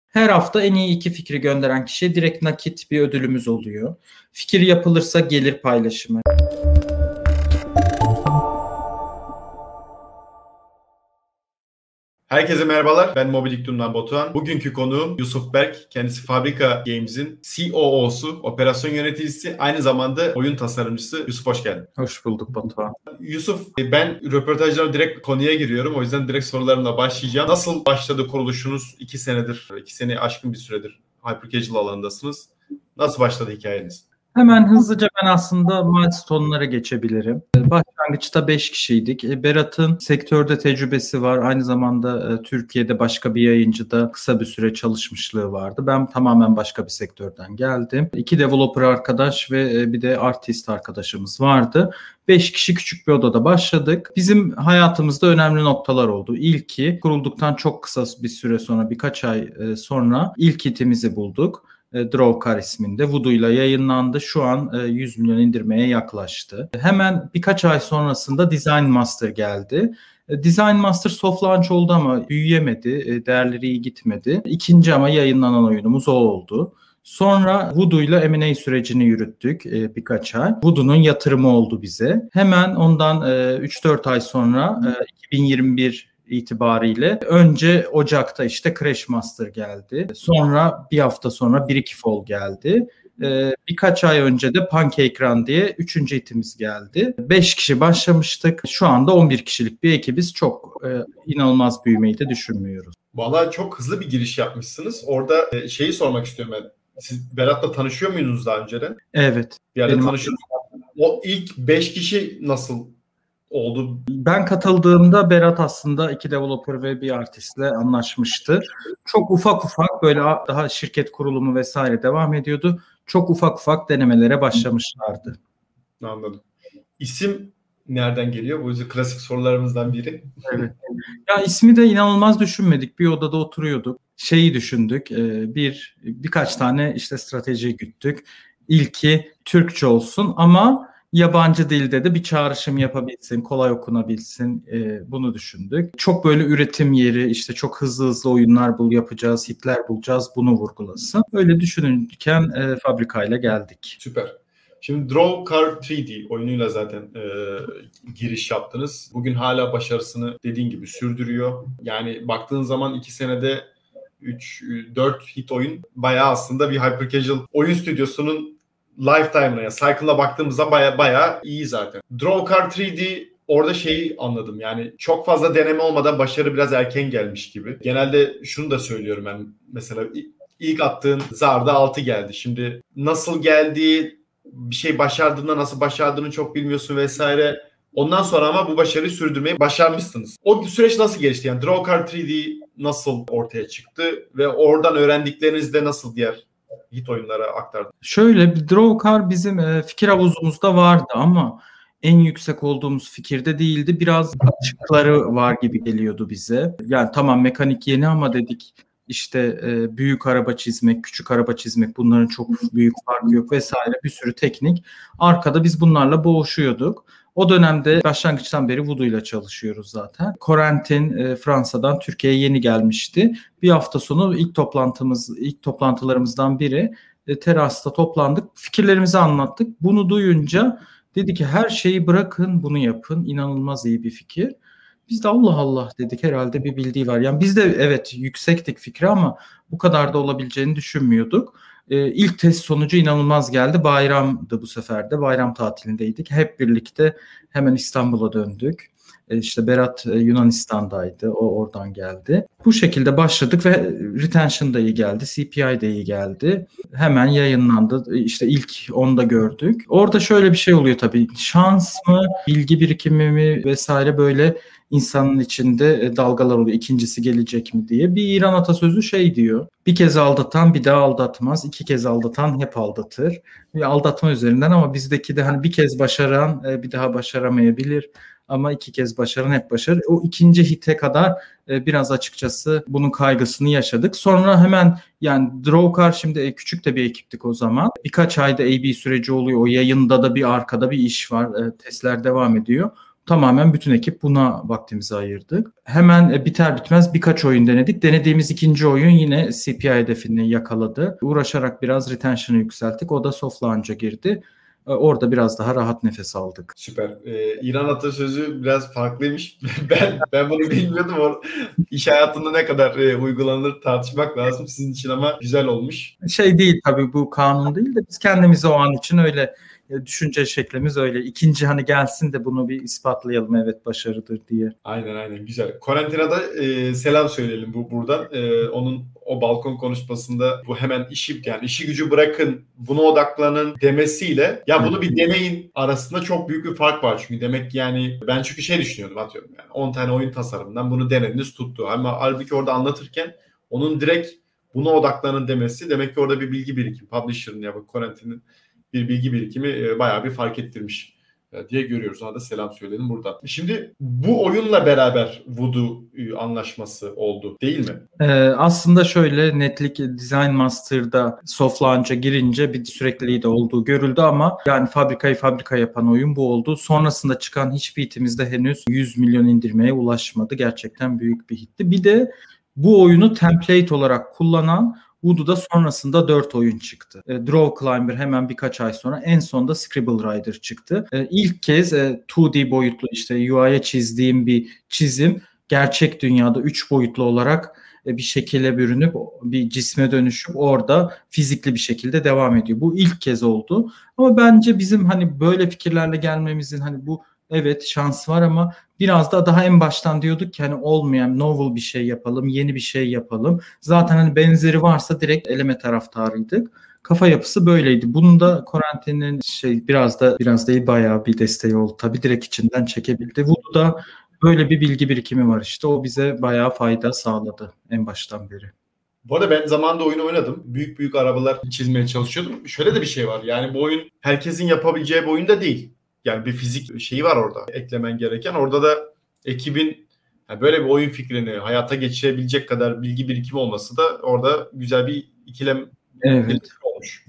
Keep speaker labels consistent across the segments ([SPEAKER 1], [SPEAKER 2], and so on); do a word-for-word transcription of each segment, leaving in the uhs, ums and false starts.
[SPEAKER 1] Her hafta en iyi iki fikri gönderen kişiye direkt nakit bir ödülümüz oluyor. Fikir yapılırsa gelir paylaşımı.
[SPEAKER 2] Herkese merhabalar. Ben Mobiliktum'dan Batuhan. Bugünkü konuğum Yusuf Berk. Kendisi Fabrika Games'in C O O'su, operasyon yöneticisi, aynı zamanda oyun tasarımcısı. Yusuf hoş geldin.
[SPEAKER 1] Hoş bulduk Batuhan.
[SPEAKER 2] Yusuf, ben röportajlara direkt konuya giriyorum. O yüzden direkt sorularımla başlayacağım. Nasıl başladı kuruluşunuz? İki senedir, iki sene aşkın bir süredir hyper casual alanındasınız. Nasıl başladı hikayeniz?
[SPEAKER 1] Hemen hızlıca ben aslında milestone'lara geçebilirim. Başlangıçta beş kişiydik. Berat'ın sektörde tecrübesi var. Aynı zamanda Türkiye'de başka bir yayıncıda kısa bir süre çalışmışlığı vardı. Ben tamamen başka bir sektörden geldim. İki developer arkadaş ve bir de artist arkadaşımız vardı. Beş kişi küçük bir odada başladık. Bizim hayatımızda önemli noktalar oldu. İlki, kurulduktan çok kısa bir süre sonra, birkaç ay sonra ilk hitimizi bulduk. Drawcar isminde Voodoo ile yayınlandı. Şu an yüz milyon indirmeye yaklaştı. Hemen birkaç ay sonrasında Design Master geldi. Design Master soft launch oldu ama büyüyemedi. Değerleri iyi gitmedi. İkinci ama yayınlanan oyunumuz o oldu. Sonra Voodoo ile M and A sürecini yürüttük e, birkaç ay. Voodoo'nun yatırımı oldu bize. Hemen ondan e, üç dört ay sonra e, iki bin yirmi bir itibariyle önce Ocak'ta işte Crash Master geldi. Sonra bir hafta sonra bir iki Fall geldi. Ee, birkaç ay önce de Pancake Run diye üçüncü hitimiz geldi. beş kişi başlamıştık. Şu anda on bir kişilik bir ekibiz. Çok e, inanılmaz büyümeyi de düşünmüyoruz.
[SPEAKER 2] Vallahi çok hızlı bir giriş yapmışsınız. Orada şeyi sormak istiyorum ben. Siz Berat'la tanışıyor muydunuz daha önceden?
[SPEAKER 1] Evet.
[SPEAKER 2] Bir yerde tanışıyordunuz. O ilk beş kişi nasıl oldu?
[SPEAKER 1] Ben katıldığımda Berat aslında iki developer ve bir artistle anlaşmıştı. Çok ufak ufak böyle daha şirket kurulumu vesaire devam ediyordu. Çok ufak ufak denemelere başlamışlardı.
[SPEAKER 2] Anladım. İsim nereden geliyor? Bu klasik sorularımızdan biri.
[SPEAKER 1] Evet. Ya ismi de inanılmaz düşünmedik. Bir odada oturuyorduk. Şeyi düşündük. Bir birkaç tane işte strateji güttük. İlki Türkçe olsun ama yabancı dilde de bir çağrışım yapabilsin, kolay okunabilsin, e, bunu düşündük. Çok böyle üretim yeri, işte çok hızlı hızlı oyunlar bul yapacağız, hitler bulacağız, bunu vurgulasın. Öyle düşünürken e, fabrikayla geldik.
[SPEAKER 2] Süper. Şimdi Drawcar üç D oyunuyla zaten e, giriş yaptınız. Bugün hala başarısını dediğin gibi sürdürüyor. Yani baktığın zaman iki senede üç dört hit oyun bayağı aslında bir hyper casual oyun stüdyosunun lifetime'ına, yani cycle'a baktığımızda bayağı bayağı iyi zaten. Drawcar üç D orada şeyi anladım, yani çok fazla deneme olmadan başarı biraz erken gelmiş gibi. Genelde şunu da söylüyorum ben, mesela ilk attığın Zar'da altı geldi. Şimdi nasıl geldi, bir şey başardığında nasıl başardığını çok bilmiyorsun vesaire. Ondan sonra ama bu başarıyı sürdürmeyi başarmışsınız. O süreç nasıl geçti? Yani Drawcar üç D nasıl ortaya çıktı ve oradan öğrendiklerinizi de nasıl diğer hit oyunlara aktardınız?
[SPEAKER 1] Şöyle, bir Drawcar bizim e, fikir havuzumuzda vardı ama en yüksek olduğumuz fikirde değildi. Biraz açıkları var gibi geliyordu bize. Yani tamam, mekanik yeni ama dedik işte e, büyük araba çizmek, küçük araba çizmek, bunların çok büyük farkı yok vesaire, bir sürü teknik. Arkada biz bunlarla boğuşuyorduk. O dönemde başlangıçtan beri Voodoo ile çalışıyoruz zaten. Corentin e, Fransa'dan Türkiye'ye yeni gelmişti. Bir hafta sonu ilk toplantımız, ilk toplantılarımızdan biri e, terasta toplandık. Fikirlerimizi anlattık. Bunu duyunca dedi ki her şeyi bırakın, bunu yapın. İnanılmaz iyi bir fikir. Biz de Allah Allah dedik, herhalde bir bildiği var. Yani biz de evet yüksektik fikri ama bu kadar da olabileceğini düşünmüyorduk. Ee, ilk test sonucu inanılmaz geldi. Bayramdı bu sefer de. Bayram tatilindeydik. Hep birlikte hemen İstanbul'a döndük. Ee, işte Berat e, Yunanistan'daydı. O oradan geldi. Bu şekilde başladık ve retention da iyi geldi. C P I de iyi geldi. Hemen yayınlandı. İşte ilk onda gördük. Orada şöyle bir şey oluyor tabii. Şans mı, bilgi birikimi mi vesaire, böyle insanın içinde dalgalar oluyor. İkincisi gelecek mi diye. Bir İran atasözü şey diyor. Bir kez aldatan bir daha aldatmaz. İki kez aldatan hep aldatır. Bir aldatma üzerinden ama bizdeki de hani bir kez başaran bir daha başaramayabilir. Ama iki kez başaran hep başarır. O ikinci hite kadar biraz açıkçası bunun kaygısını yaşadık. Sonra hemen, yani Drawcar şimdi küçük de bir ekiptik o zaman. Birkaç ayda A B süreci oluyor. O yayında da bir arkada bir iş var. Testler devam ediyor. tamamen bütün ekip buna vaktimizi ayırdık. Hemen e, biter bitmez birkaç oyun denedik. Denediğimiz ikinci oyun yine C P I hedefini yakaladı. Uğraşarak biraz retention'ı yükselttik. O da soft launch'a girdi. Orada biraz daha rahat nefes aldık.
[SPEAKER 2] Süper. Ee, İran atasözü biraz farklıymış. ben ben bunu bilmiyordum. O iş hayatında ne kadar e, uygulanır tartışmak lazım. Sizin için ama güzel olmuş.
[SPEAKER 1] Şey değil tabii, bu kanun değil de biz kendimize o an için öyle düşünce şeklimiz öyle. İkinci hani gelsin de bunu bir ispatlayalım, evet başarıdır diye.
[SPEAKER 2] Aynen aynen güzel. Corentina'da e, selam söyleyelim bu buradan. E, onun o balkon konuşmasında bu hemen işi yani işi gücü bırakın buna odaklanın demesiyle ya bunu bir deneyin arasında çok büyük bir fark var. Çünkü demek yani ben çünkü şey düşünüyordum, atıyorum yani on tane oyun tasarımından bunu denediniz tuttu. Ama halbuki orada anlatırken onun direkt buna odaklanın demesi demek ki orada bir bilgi birikimi. Publisher'ın ya bu Corentina'nın bir bilgi birikimi e, bayağı bir fark ettirmiş e, diye görüyoruz. Ona da selam söyledim buradan. Şimdi bu oyunla beraber Voodoo e, anlaşması oldu değil mi?
[SPEAKER 1] Ee, aslında şöyle, Netlik Design Master'da soft launch'a girince bir sürekliliği de olduğu görüldü ama yani fabrikayı fabrika yapan oyun bu oldu. Sonrasında çıkan hiçbir hitimizde henüz yüz milyon indirmeye ulaşmadı. Gerçekten büyük bir hitti. Bir de bu oyunu template olarak kullanan Voodoo'da sonrasında dört oyun çıktı. E, Draw Climber hemen birkaç ay sonra, en sonunda Scribble Rider çıktı. E, ilk kez e, iki D boyutlu işte U I'ye çizdiğim bir çizim gerçek dünyada üç boyutlu olarak e, bir şekile bürünüp bir cisme dönüşüp orada fizikli bir şekilde devam ediyor. Bu ilk kez oldu. Ama bence bizim hani böyle fikirlerle gelmemizin hani bu evet şans var ama biraz da daha en baştan diyorduk ki hani olmayan novel bir şey yapalım, yeni bir şey yapalım. Zaten hani benzeri varsa direkt eleme taraftarıydık. Kafa yapısı böyleydi. Bunun da Corentina'nın şey biraz da biraz değil bayağı bir desteği oldu. Tabii direkt içinden çekebildi. Voodoo'da böyle bir bilgi birikimi var işte. O bize bayağı fayda sağladı en baştan beri.
[SPEAKER 2] Bu arada ben zamanında oyunu oynadım. Büyük büyük arabalar çizmeye çalışıyordum. Şöyle de bir şey var. Yani bu oyun herkesin yapabileceği bir oyun da değil. Yani bir fizik şeyi var orada. Eklemen gereken. Orada da ekibin yani böyle bir oyun fikrini hayata geçirebilecek kadar bilgi birikimi olması da orada güzel bir ikilem
[SPEAKER 1] evet.
[SPEAKER 2] olmuş.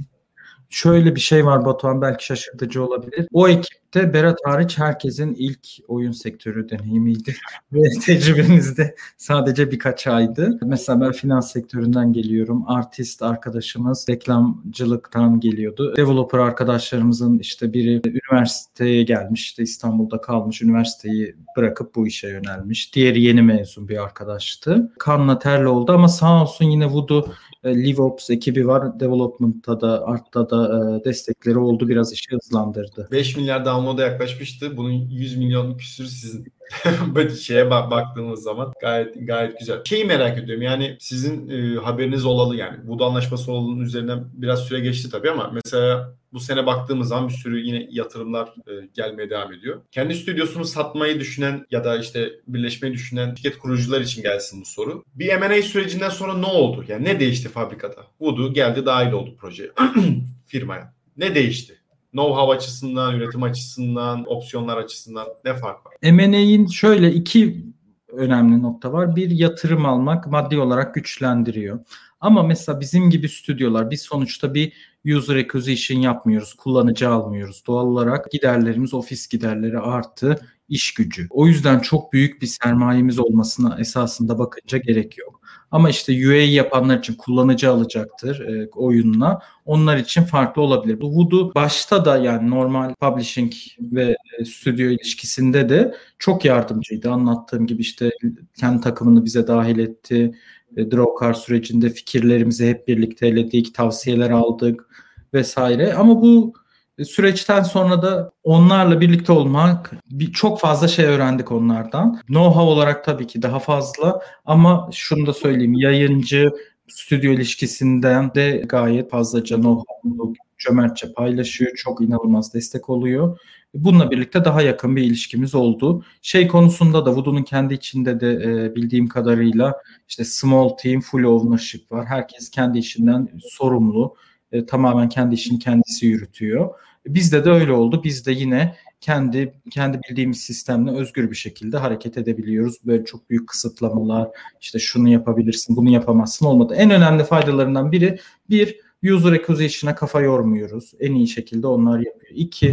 [SPEAKER 1] Şöyle bir şey var Batuhan, belki şaşırtıcı olabilir. O ekipte Berat hariç herkesin ilk oyun sektörü deneyimiydi. Ve tecrübemizde sadece birkaç aydı. Mesela ben finans sektöründen geliyorum. Artist arkadaşımız reklamcılıktan geliyordu. Developer arkadaşlarımızın işte biri üniversiteye gelmiş, işte İstanbul'da kalmış, üniversiteyi bırakıp bu işe yönelmiş. Diğeri yeni mezun bir arkadaştı. Kanla terli oldu ama sağ olsun yine Voodoo LiveOps ekibi var. Development'ta da, Art'ta da e, destekleri oldu. Biraz işi hızlandırdı.
[SPEAKER 2] beş milyar download'a yaklaşmıştı. Bunun yüz milyon küsür sizin böyle şeye bak, baktığımız zaman gayet gayet güzel. Şeyi merak ediyorum. Yani sizin e, haberiniz olalı yani Voodoo anlaşması olduğunun üzerinden biraz süre geçti tabii ama mesela bu sene baktığımız zaman bir sürü yine yatırımlar e, gelmeye devam ediyor. Kendi stüdyosunu satmayı düşünen ya da işte birleşmeyi düşünen şirket kurucular için gelsin bu soru. Bir M and A sürecinden sonra ne oldu? Yani ne değişti fabrikada? Voodoo geldi, dahil oldu projeye, firmaya. Ne değişti? Know-how açısından, üretim açısından, opsiyonlar açısından ne fark var?
[SPEAKER 1] M and A'in şöyle iki önemli nokta var. Bir, yatırım almak maddi olarak güçlendiriyor. Ama mesela bizim gibi stüdyolar, biz sonuçta bir user acquisition yapmıyoruz, kullanıcı almıyoruz. Doğal olarak giderlerimiz ofis giderleri artı iş gücü. O yüzden çok büyük bir sermayemiz olmasına esasında bakınca gerek yok. Ama işte U A yapanlar için kullanıcı alacaktır e, oyununa. Onlar için farklı olabilir. Bu Voodoo başta da yani normal publishing ve e, stüdyo ilişkisinde de çok yardımcıydı. Anlattığım gibi işte kendi takımını bize dahil etti. E, Drawcar sürecinde fikirlerimizi hep birlikte eledik, tavsiyeler aldık vesaire. Ama bu süreçten sonra da onlarla birlikte olmak, bir, çok fazla şey öğrendik onlardan. Know-how olarak tabii ki daha fazla ama şunu da söyleyeyim, yayıncı stüdyo ilişkisinden de gayet fazlaca know-how'u cömertçe paylaşıyor. Çok inanılmaz destek oluyor. Bununla birlikte daha yakın bir ilişkimiz oldu. Şey konusunda da Voodoo'nun kendi içinde de e, bildiğim kadarıyla işte small team, full ownership var. Herkes kendi işinden sorumlu. E, tamamen kendi işini kendisi yürütüyor. Bizde de öyle oldu. Biz de yine kendi kendi bildiğimiz sistemle özgür bir şekilde hareket edebiliyoruz. Böyle çok büyük kısıtlamalar, işte şunu yapabilirsin, bunu yapamazsın olmadı. En önemli faydalarından biri, bir, user acquisition'a kafa yormuyoruz. En iyi şekilde onlar yapıyor. İki,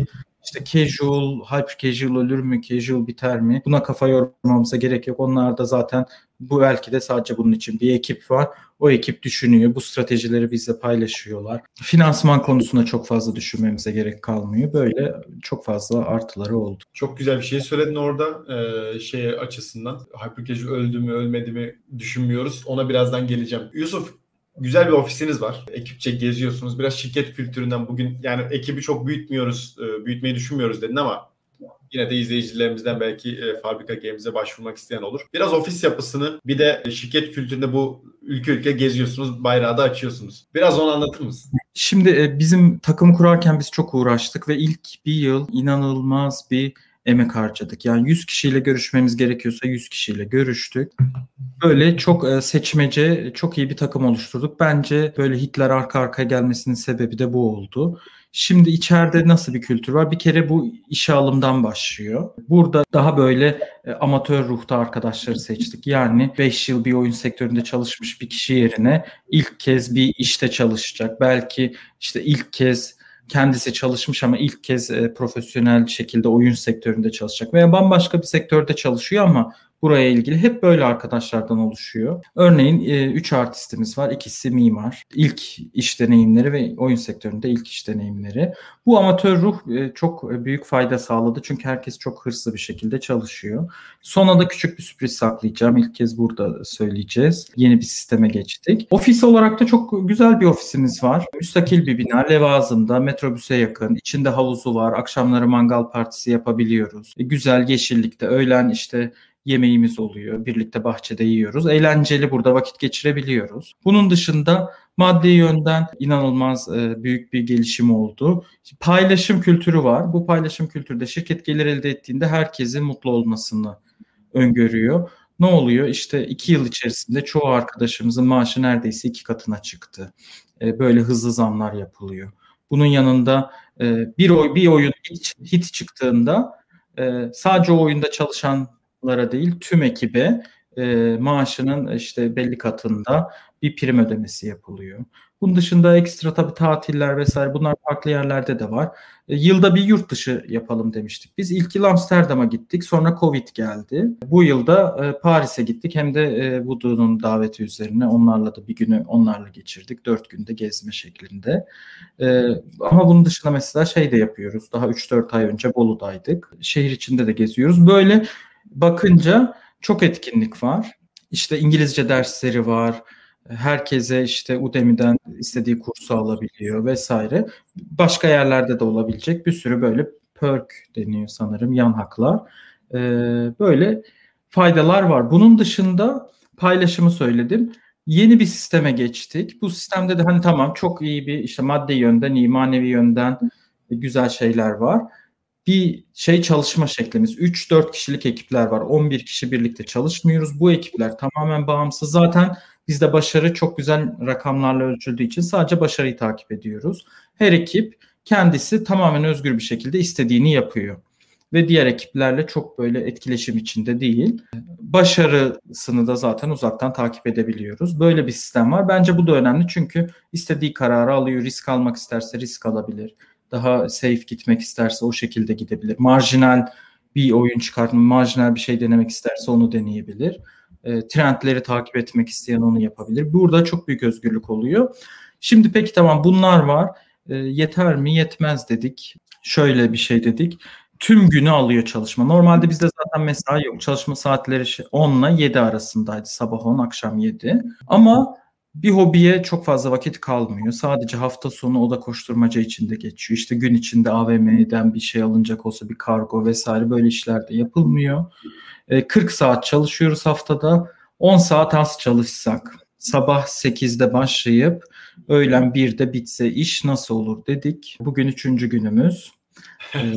[SPEAKER 1] İşte casual, hyper casual ölür mü, casual biter mi? Buna kafa yormamıza gerek yok. Onlar da zaten bu belki de sadece bunun için bir ekip var. O ekip düşünüyor. Bu stratejileri bizle paylaşıyorlar. Finansman konusunda çok fazla düşünmemize gerek kalmıyor. Böyle çok fazla artıları oldu.
[SPEAKER 2] Çok güzel bir şey söyledin orada. Ee, şey açısından. Hypercasual öldü mü ölmedi mi düşünmüyoruz. Ona birazdan geleceğim. Yusuf, güzel bir ofisiniz var. Ekipçe geziyorsunuz. Biraz şirket kültüründen bugün yani ekibi çok büyütmüyoruz, büyütmeyi düşünmüyoruz dedin ama yine de izleyicilerimizden belki e, Fabrika Games'e başvurmak isteyen olur. Biraz ofis yapısını bir de şirket kültüründe bu ülke ülke geziyorsunuz, bayrağı da açıyorsunuz. Biraz onu anlatır mısın?
[SPEAKER 1] Şimdi e, bizim takım kurarken biz çok uğraştık ve ilk bir yıl inanılmaz bir emek harcadık. Yani yüz kişiyle görüşmemiz gerekiyorsa yüz kişiyle görüştük. Böyle çok e, seçmece, çok iyi bir takım oluşturduk. Bence böyle hitler arka arkaya gelmesinin sebebi de bu oldu. Şimdi içeride nasıl bir kültür var? Bir kere bu işe alımdan başlıyor. Burada daha böyle e, amatör ruhta arkadaşları seçtik. Yani beş yıl bir oyun sektöründe çalışmış bir kişi yerine ilk kez bir işte çalışacak. Belki işte ilk kez kendisi çalışmış ama ilk kez e, profesyonel şekilde oyun sektöründe çalışacak. Veya bambaşka bir sektörde çalışıyor ama buraya ilgili hep böyle arkadaşlardan oluşuyor. Örneğin üç artistimiz var. İkisi mimar. İlk iş deneyimleri ve oyun sektöründe ilk iş deneyimleri. Bu amatör ruh e, çok büyük fayda sağladı. Çünkü herkes çok hırslı bir şekilde çalışıyor. Sona da küçük bir sürpriz saklayacağım. İlk kez burada söyleyeceğiz. Yeni bir sisteme geçtik. Ofis olarak da çok güzel bir ofisimiz var. Müstakil bir bina. Levazım'da, metrobüse yakın. İçinde havuzu var. Akşamları mangal partisi yapabiliyoruz. E, güzel yeşillikte. Öğlen işte yemeğimiz oluyor. Birlikte bahçede yiyoruz. Eğlenceli burada vakit geçirebiliyoruz. Bunun dışında maddi yönden inanılmaz e, büyük bir gelişim oldu. Paylaşım kültürü var. Bu paylaşım kültürü de şirket gelir elde ettiğinde herkesin mutlu olmasını öngörüyor. Ne oluyor? İşte iki yıl içerisinde çoğu arkadaşımızın maaşı neredeyse iki katına çıktı. E, böyle hızlı zamlar yapılıyor. Bunun yanında e, bir, oy, bir oyun hit, hit çıktığında e, sadece o oyunda çalışan değil tüm ekibe e, maaşının işte belli katında bir prim ödemesi yapılıyor. Bunun dışında ekstra tabii tatiller vesaire bunlar farklı yerlerde de var. E, yılda bir yurt dışı yapalım demiştik. Biz ilk yıl Amsterdam'a gittik, sonra Covid geldi. Bu yılda e, Paris'e gittik, hem de e, Voodoo'nun daveti üzerine onlarla da bir günü onlarla geçirdik. Dört günde gezme şeklinde. E, ama bunun dışında mesela şey de yapıyoruz. Daha üç dört ay önce Bolu'daydık. Şehir içinde de geziyoruz. Böyle bakınca çok etkinlik var. İşte İngilizce dersleri var. Herkese işte Udemy'den istediği kursu alabiliyor vesaire. Başka yerlerde de olabilecek bir sürü böyle perk deniyor sanırım, yan haklar. Ee, böyle faydalar var. Bunun dışında paylaşımı söyledim. Yeni bir sisteme geçtik. Bu sistemde de hani tamam çok iyi bir işte maddi yönden iyi, manevi yönden güzel şeyler var. Bir şey çalışma şeklimiz. üç dört kişilik ekipler var. on bir kişi birlikte çalışmıyoruz. Bu ekipler tamamen bağımsız. Zaten bizde başarı çok güzel rakamlarla ölçüldüğü için sadece başarıyı takip ediyoruz. Her ekip kendisi tamamen özgür bir şekilde istediğini yapıyor. Ve diğer ekiplerle çok böyle etkileşim içinde değil. Başarısını da zaten uzaktan takip edebiliyoruz. Böyle bir sistem var. Bence bu da önemli çünkü istediği kararı alıyor. Risk almak isterse risk alabilir. Daha safe gitmek isterse o şekilde gidebilir. Marjinal bir oyun çıkartma, marjinal bir şey denemek isterse onu deneyebilir. E, trendleri takip etmek isteyen onu yapabilir. Burada çok büyük özgürlük oluyor. Şimdi peki tamam bunlar var. E, yeter mi? Yetmez dedik. Şöyle bir şey dedik. Tüm günü alıyor çalışma. Normalde bizde zaten mesai yok. Çalışma saatleri on ile yedi arasındaydı. Sabah on, akşam yedi. Ama bir hobiye çok fazla vakit kalmıyor. Sadece hafta sonu oda koşturmaca içinde geçiyor. İşte gün içinde A V M'den bir şey alınacak olsa bir kargo vesaire böyle işler de yapılmıyor. kırk saat çalışıyoruz haftada. on saat az çalışsak, sabah sekizde başlayıp öğlen birde bitse iş nasıl olur dedik. Bugün üçüncü günümüz. Ee,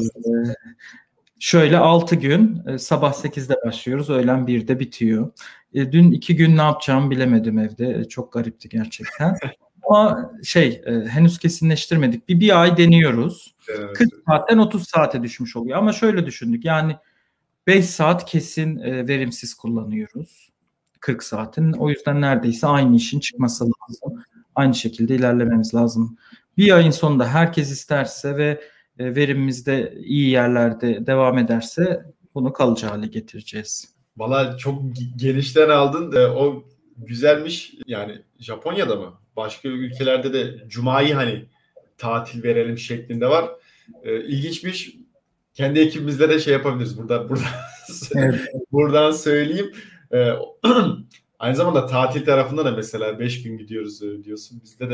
[SPEAKER 1] şöyle altı gün sabah sekizde başlıyoruz, öğlen birde bitiyor. E, dün iki gün ne yapacağımı bilemedim evde. E, çok garipti gerçekten. Ama şey e, henüz kesinleştirmedik. Bir, bir ay deniyoruz. Evet. kırk saatten otuz saate düşmüş oluyor. Ama şöyle düşündük yani beş saat kesin e, verimsiz kullanıyoruz. kırk saatin. O yüzden neredeyse aynı işin çıkması lazım. Aynı şekilde ilerlememiz lazım. Bir ayın sonunda herkes isterse ve e, verimimiz de iyi yerlerde devam ederse bunu kalıcı hale getireceğiz.
[SPEAKER 2] Valla çok genişten aldın. E, o güzelmiş. Yani Japonya'da mı? Başka ülkelerde de Cuma'yı hani tatil verelim şeklinde var. E, ilginçmiş. Kendi ekibimizde de şey yapabiliriz. Burada burada evet. Buradan söyleyeyim. E, aynı zamanda tatil tarafında da mesela beş gün gidiyoruz diyorsun. Bizde de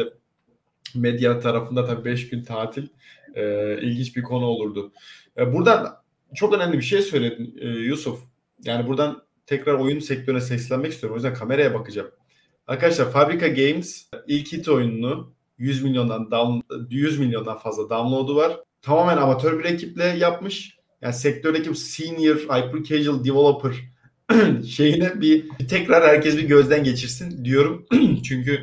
[SPEAKER 2] medya tarafında tabii beş gün tatil e, ilginç bir konu olurdu. E, buradan çok önemli bir şey söyledin e, Yusuf. Yani buradan tekrar oyun sektörüne seslenmek istiyorum. O yüzden kameraya bakacağım. Arkadaşlar Fabrika Games ilk hit oyununu yüz milyondan down, yüz milyondan fazla download'u var. Tamamen amatör bir ekiple yapmış. Yani sektördeki bu senior hyper casual developer şeyine bir, bir tekrar herkes bir gözden geçirsin diyorum. Çünkü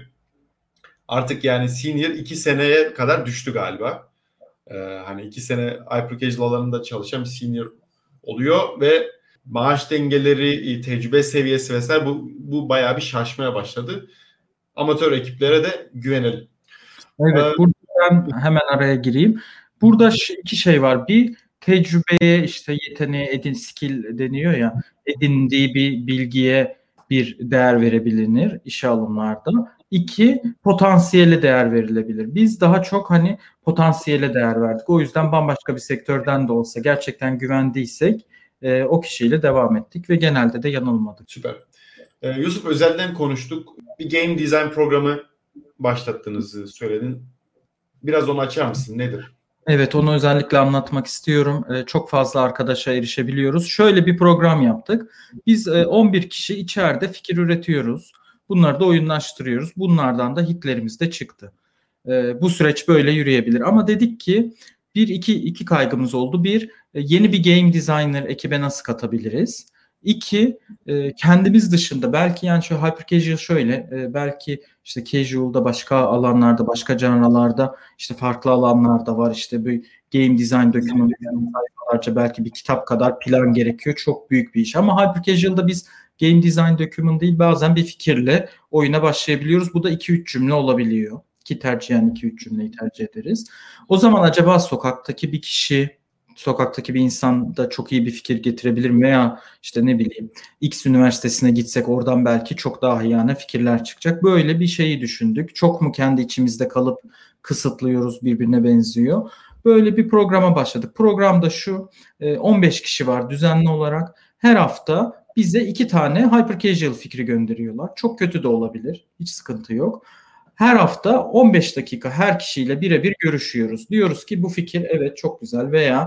[SPEAKER 2] artık yani senior iki seneye kadar düştü galiba. Ee, hani iki sene hyper casual alanında çalışan bir senior oluyor ve maaş dengeleri, tecrübe seviyesi vesaire bu, bu bayağı bir şaşmaya başladı. Amatör ekiplere de güvenelim.
[SPEAKER 1] Evet, ee, burada ben hemen araya gireyim. Burada iki şey var. Bir, tecrübeye, işte yeteneğe, edin, skill deniyor ya, edindiği bir bilgiye bir değer verebilir işe alımlarda. İki, potansiyele değer verilebilir. Biz daha çok hani potansiyele değer verdik. O yüzden bambaşka bir sektörden de olsa gerçekten güvendiysek e, o kişiyle devam ettik ve genelde de yanılmadık.
[SPEAKER 2] Süper. Ee, Yusuf, özelden konuştuk. Bir game design programı başlattığınızı söyledin. Biraz onu açar mısın? Nedir?
[SPEAKER 1] Evet, onu özellikle anlatmak istiyorum. Ee, çok fazla arkadaşa erişebiliyoruz. Şöyle bir program yaptık. Biz e, on bir kişi içeride fikir üretiyoruz. Bunları da oyunlaştırıyoruz. Bunlardan da hitlerimiz de çıktı. E, bu süreç böyle yürüyebilir. Ama dedik ki bir iki iki kaygımız oldu. Bir, e, yeni bir game designer ekibe nasıl katabiliriz? İki, e, kendimiz dışında belki yani şu hyper casual şöyle e, belki işte casual'da başka alanlarda, başka canlılarda işte farklı alanlarda var. İşte bir game design dokümanlarca belki bir kitap kadar plan gerekiyor. Çok büyük bir iş. Ama hyper casual'da biz game design doküman değil, bazen bir fikirle oyuna başlayabiliyoruz. Bu da iki üç cümle olabiliyor. Ki tercihen iki üç cümleyi tercih ederiz. O zaman acaba sokaktaki bir kişi, sokaktaki bir insan da çok iyi bir fikir getirebilir mi? Veya işte ne bileyim X üniversitesine gitsek oradan belki çok daha hiyane fikirler çıkacak. Böyle bir şeyi düşündük. Çok mu kendi içimizde kalıp kısıtlıyoruz, birbirine benziyor? Böyle bir programa başladık. Programda şu, on beş kişi var düzenli olarak. Her hafta bize iki tane hyper casual fikri gönderiyorlar. Çok kötü de olabilir. Hiç sıkıntı yok. Her hafta on beş dakika her kişiyle birebir görüşüyoruz. Diyoruz ki bu fikir evet çok güzel veya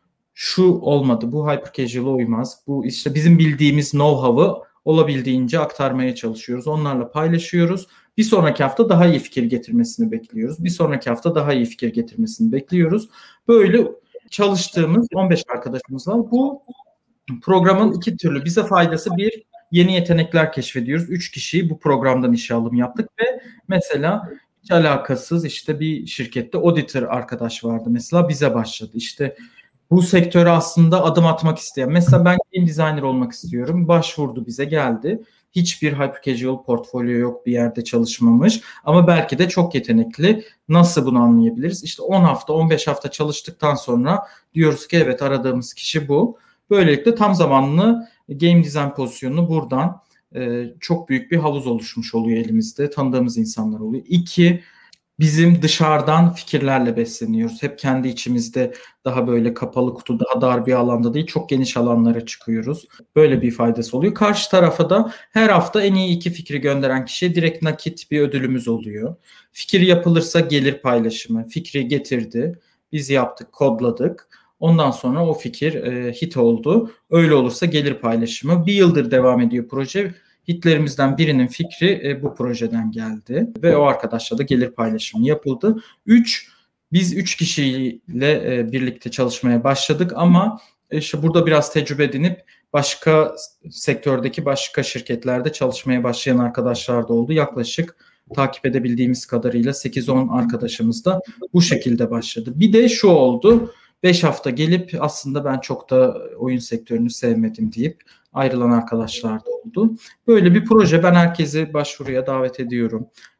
[SPEAKER 1] şu olmadı, bu hyper casual'a uymaz. Bu işte bizim bildiğimiz know-how'ı olabildiğince aktarmaya çalışıyoruz. Onlarla paylaşıyoruz. Bir sonraki hafta daha iyi fikir getirmesini bekliyoruz. Bir sonraki hafta daha iyi fikir getirmesini bekliyoruz. Böyle çalıştığımız on beş arkadaşımız var. Bu programın iki türlü bize faydası: bir, yeni yetenekler keşfediyoruz. Üç kişiyi bu programdan işe alım yaptık ve mesela hiç alakasız işte bir şirkette auditor arkadaş vardı. Mesela bize başladı. İşte bu sektöre aslında adım atmak isteyen. Mesela ben game designer olmak istiyorum. Başvurdu, bize geldi. Hiçbir hyper casual portfolyo yok, bir yerde çalışmamış. Ama belki de çok yetenekli. Nasıl bunu anlayabiliriz? İşte on hafta, on beş hafta çalıştıktan sonra diyoruz ki evet, aradığımız kişi bu. Böylelikle tam zamanlı game design pozisyonunu buradan e, çok büyük bir havuz oluşmuş oluyor elimizde. Tanıdığımız insanlar oluyor. İki, bizim dışarıdan fikirlerle besleniyoruz. Hep kendi içimizde daha böyle kapalı kutu, daha dar bir alanda değil, çok geniş alanlara çıkıyoruz. Böyle bir faydası oluyor. Karşı tarafa da her hafta en iyi iki fikri gönderen kişiye direkt nakit bir ödülümüz oluyor. Fikir yapılırsa gelir paylaşımı. Fikri getirdi, biz yaptık, kodladık. Ondan sonra o fikir e, hit oldu. Öyle olursa gelir paylaşımı. Bir yıldır devam ediyor proje. Hitlerimizden birinin fikri e, bu projeden geldi ve o arkadaşla da gelir paylaşımı yapıldı. Üç, biz üç kişiyle e, birlikte çalışmaya başladık ama işte burada biraz tecrübe edinip başka sektördeki başka şirketlerde çalışmaya başlayan arkadaşlar da oldu. Yaklaşık takip edebildiğimiz kadarıyla sekiz on arkadaşımız da bu şekilde başladı. Bir de şu oldu. beş hafta gelip aslında ben çok da oyun sektörünü sevmedim deyip ayrılan arkadaşlar da oldu. Böyle bir proje, ben herkesi başvuruya davet ediyorum.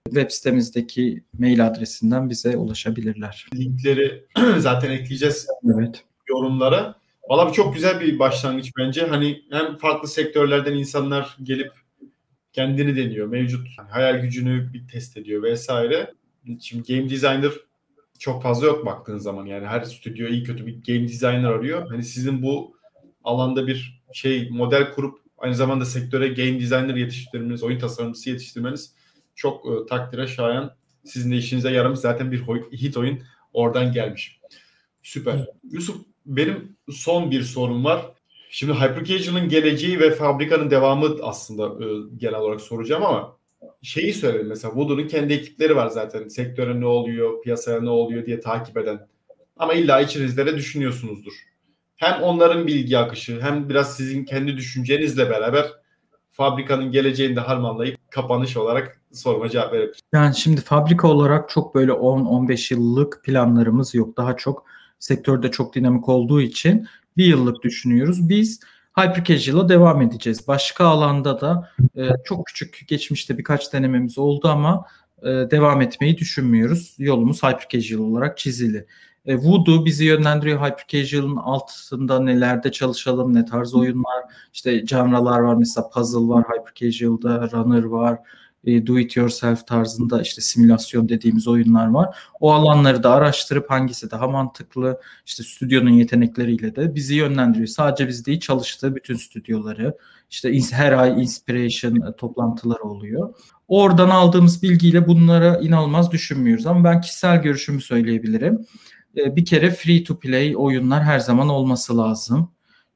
[SPEAKER 1] web sitemizdeki mail adresinden bize ulaşabilirler.
[SPEAKER 2] Linkleri zaten ekleyeceğiz
[SPEAKER 1] Evet.
[SPEAKER 2] yorumlara. Valla bu çok güzel bir başlangıç bence. Hani hem farklı sektörlerden insanlar gelip kendini deniyor, mevcut hayal gücünü bir test ediyor vesaire. Şimdi game designer çok fazla yok baktığın zaman, yani her stüdyo iyi kötü bir game designer arıyor. Hani sizin bu alanda bir şey model kurup aynı zamanda sektöre game designer yetiştirmeniz, oyun tasarımcısı yetiştirmeniz çok e, takdire şayan. Sizin de işinize yaramış, zaten bir hit oyun oradan gelmiş. Süper. Yusuf, benim son bir sorum var. Şimdi Hyper Casual'ın geleceği ve fabrikanın devamı aslında e, genel olarak soracağım ama şeyi söyledim mesela, Voodoo'nun kendi ekipleri var zaten. Sektöre ne oluyor, piyasaya ne oluyor diye takip eden. Ama illa içinizde de düşünüyorsunuzdur. Hem onların bilgi akışı hem biraz sizin kendi düşüncenizle beraber fabrikanın geleceğini de harmanlayıp kapanış olarak soruma cevap verebilirsiniz.
[SPEAKER 1] Yani şimdi fabrika olarak çok böyle on on beş yıllık planlarımız yok. Daha çok sektörde çok dinamik olduğu için bir yıllık düşünüyoruz. Biz Hyper Casual'a devam edeceğiz. Başka alanda da e, çok küçük geçmişte birkaç denememiz oldu ama e, devam etmeyi düşünmüyoruz. Yolumuz Hyper Casual olarak çizili. E, Voodoo bizi yönlendiriyor. Hyper Casual'ın altında nelerde çalışalım, ne tarz oyunlar, işte canralar var, mesela puzzle var Hyper Casual'da, runner var, do it yourself tarzında işte simülasyon dediğimiz oyunlar var. O alanları da araştırıp hangisi daha mantıklı, işte stüdyonun yetenekleriyle de bizi yönlendiriyor. Sadece biz değil, çalıştığı bütün stüdyoları, işte her ay inspiration toplantıları oluyor. Oradan aldığımız bilgiyle bunlara inanılmaz düşünmüyoruz ama ben kişisel görüşümü söyleyebilirim. Bir kere free to play oyunlar her zaman olması lazım.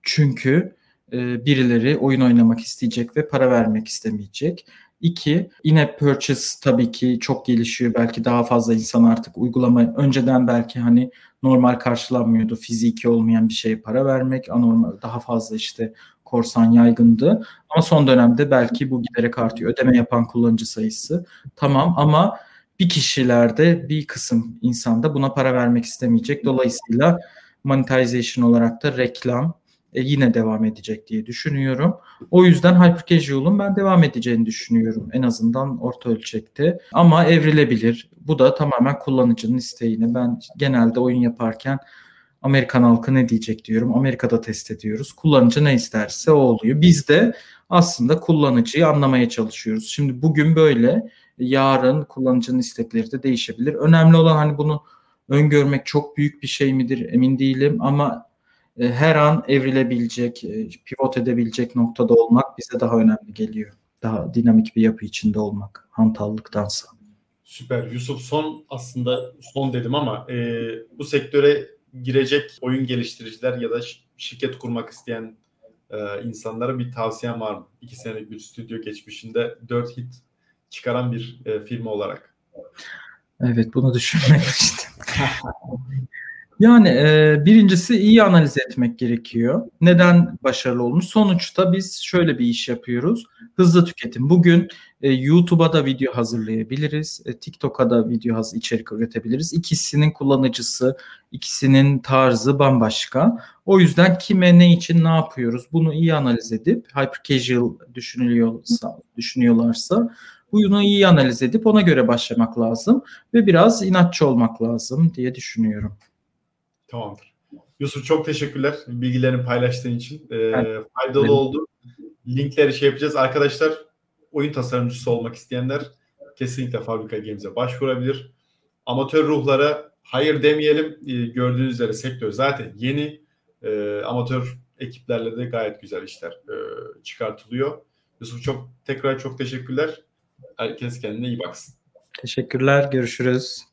[SPEAKER 1] Çünkü birileri oyun oynamak isteyecek ve para vermek istemeyecek. İki, in-app purchase tabii ki çok gelişiyor. Belki daha fazla insan artık uygulama, önceden belki hani normal karşılanmıyordu. Fiziki olmayan bir şeye para vermek, anormal, daha fazla işte korsan yaygındı. Ama son dönemde belki bu giderek artıyor. Ödeme yapan kullanıcı sayısı. Tamam ama bir kişilerde bir kısım insanda buna para vermek istemeyecek. Dolayısıyla monetization olarak da reklam E, yine devam edecek diye düşünüyorum. O yüzden Hyper Casual'un ben devam edeceğini düşünüyorum. En azından orta ölçekte. Ama evrilebilir. Bu da tamamen kullanıcının isteğine. Ben genelde oyun yaparken Amerikan halkı ne diyecek diyorum. Amerika'da test ediyoruz. Kullanıcı ne isterse o oluyor. Biz de aslında kullanıcıyı anlamaya çalışıyoruz. Şimdi bugün böyle, yarın kullanıcının istekleri de değişebilir. Önemli olan hani bunu öngörmek çok büyük bir şey midir emin değilim ama her an evrilebilecek, pivot edebilecek noktada olmak bize daha önemli geliyor. Daha dinamik bir yapı içinde olmak, hantallıktansa.
[SPEAKER 2] Süper. Yusuf, son aslında son dedim ama e, bu sektöre girecek oyun geliştiriciler ya da şirket kurmak isteyen e, insanlara bir tavsiyen var mı? İki senelik bir stüdyo geçmişinde dört hit çıkaran bir e, firma olarak.
[SPEAKER 1] Evet, bunu düşünmemiştim. Yani e, birincisi iyi analiz etmek gerekiyor. Neden başarılı olmuş? Sonuçta biz şöyle bir iş yapıyoruz. Hızlı tüketim. Bugün e, YouTube'a da video hazırlayabiliriz. E, TikTok'a da video haz içerik üretebiliriz. İkisinin kullanıcısı, ikisinin tarzı bambaşka. O yüzden kime, ne için, ne yapıyoruz? Bunu iyi analiz edip hyper casual düşünülüyorsa, düşünüyorlarsa bunu iyi analiz edip ona göre başlamak lazım ve biraz inatçı olmak lazım diye düşünüyorum.
[SPEAKER 2] Tamamdır. Yusuf, çok teşekkürler bilgilerini paylaştığın için. Ee, evet. Faydalı evet. oldu. Linkleri şey yapacağız. Arkadaşlar, oyun tasarımcısı olmak isteyenler kesinlikle Fabrika Games'e başvurabilir. Amatör ruhlara hayır demeyelim. Ee, gördüğünüz üzere sektör zaten yeni. Ee, amatör ekiplerle de gayet güzel işler e, çıkartılıyor. Yusuf, çok tekrar çok teşekkürler. Herkes kendine iyi baksın.
[SPEAKER 1] Teşekkürler. Görüşürüz.